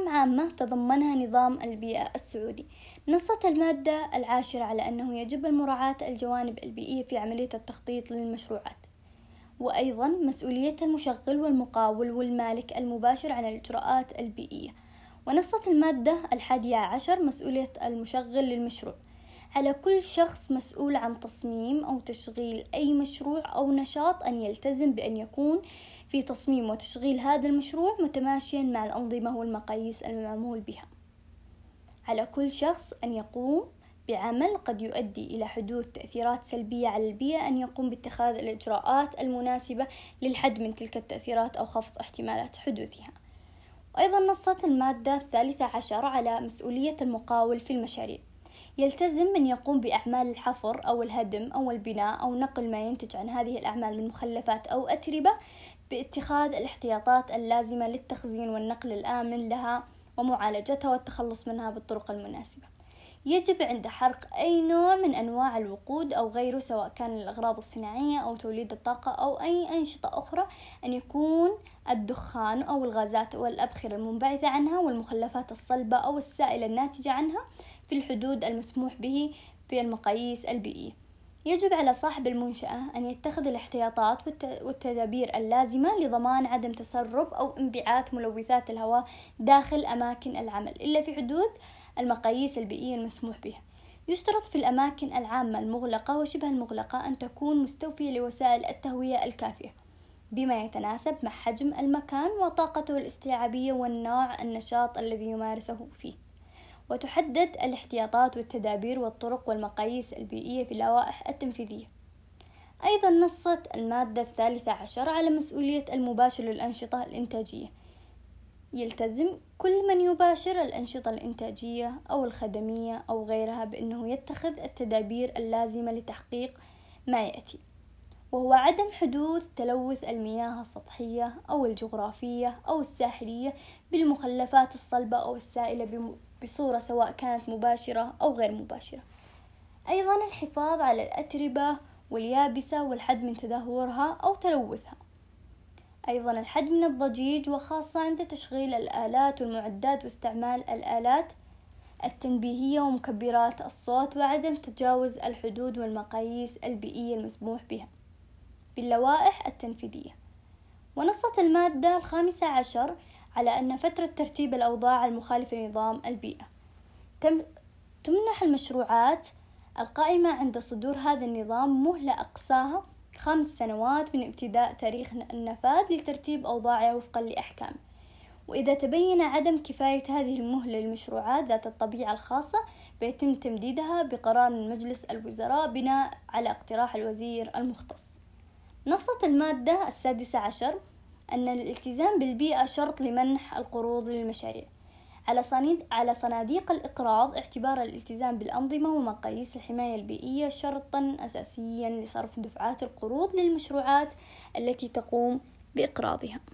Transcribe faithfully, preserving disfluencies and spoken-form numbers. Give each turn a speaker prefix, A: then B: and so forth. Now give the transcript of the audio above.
A: أحكام عامة تضمنها نظام البيئة السعودي. نصت المادة العاشرة على أنه يجب مراعاة الجوانب البيئية في عملية التخطيط للمشروعات، وأيضا مسؤولية المشغل والمقاول والمالك المباشر عن الإجراءات البيئية. ونصت المادة الحادية عشر مسؤولية المشغل للمشروع، على كل شخص مسؤول عن تصميم أو تشغيل أي مشروع أو نشاط أن يلتزم بأن يكون في تصميم وتشغيل هذا المشروع متماشيا مع الأنظمة والمقاييس المعمول بها. على كل شخص أن يقوم بعمل قد يؤدي إلى حدوث تأثيرات سلبية على البيئة أن يقوم باتخاذ الإجراءات المناسبة للحد من تلك التأثيرات أو خفض احتمالات حدوثها. وأيضا نصت المادة الثالثة عشر على مسؤولية المقاول في المشاريع، يلتزم من يقوم بأعمال الحفر أو الهدم أو البناء أو نقل ما ينتج عن هذه الأعمال من مخلفات أو أتربة باتخاذ الاحتياطات اللازمة للتخزين والنقل الآمن لها ومعالجتها والتخلص منها بالطرق المناسبة. يجب عند حرق أي نوع من أنواع الوقود أو غيره، سواء كان للأغراض الصناعية أو توليد الطاقة أو أي أنشطة أخرى، أن يكون الدخان أو الغازات والأبخرة المنبعثة عنها والمخلفات الصلبة أو السائلة الناتجة عنها في الحدود المسموح به في المقاييس البيئية. يجب على صاحب المنشأة أن يتخذ الاحتياطات والتدابير اللازمة لضمان عدم تسرب أو انبعاث ملوثات الهواء داخل أماكن العمل إلا في حدود المقاييس البيئية المسموح بها. يشترط في الأماكن العامة المغلقة وشبه المغلقة أن تكون مستوفية لوسائل التهوية الكافية بما يتناسب مع حجم المكان وطاقته الاستيعابية والنوع النشاط الذي يمارسه فيه. وتحدد الاحتياطات والتدابير والطرق والمقاييس البيئية في اللوائح التنفيذية. أيضا نصت المادة الثالثة عشر على مسؤولية المباشر للأنشطة الإنتاجية، يلتزم كل من يباشر الأنشطة الإنتاجية أو الخدمية أو غيرها بأنه يتخذ التدابير اللازمة لتحقيق ما يأتي، وهو عدم حدوث تلوث المياه السطحية أو الجغرافية أو الساحلية بالمخلفات الصلبة أو السائلة بصورة سواء كانت مباشرة أو غير مباشرة. أيضا الحفاظ على الأتربة واليابسة والحد من تدهورها أو تلوثها. أيضا الحد من الضجيج، وخاصة عند تشغيل الآلات والمعدات واستعمال الآلات التنبيهية ومكبرات الصوت، وعدم تجاوز الحدود والمقاييس البيئية المسموح بها باللوائح التنفيذية. ونصت المادة الخامسة عشر على أن فترة ترتيب الأوضاع المخالفة لنظام البيئة تم تمنح المشروعات القائمة عند صدور هذا النظام مهلة أقصاها خمس سنوات من ابتداء تاريخ النفاذ لترتيب أوضاعها وفقا لأحكام. وإذا تبين عدم كفاية هذه المهلة للمشروعات ذات الطبيعة الخاصة بيتم تمديدها بقرار من مجلس الوزراء بناء على اقتراح الوزير المختص. نصت المادة السادسة عشر أن الالتزام بالبيئة شرط لمنح القروض للمشاريع، على على صناديق الإقراض اعتبار الالتزام بالأنظمة ومقاييس الحماية البيئية شرطا أساسيا لصرف دفعات القروض للمشروعات التي تقوم بإقراضها.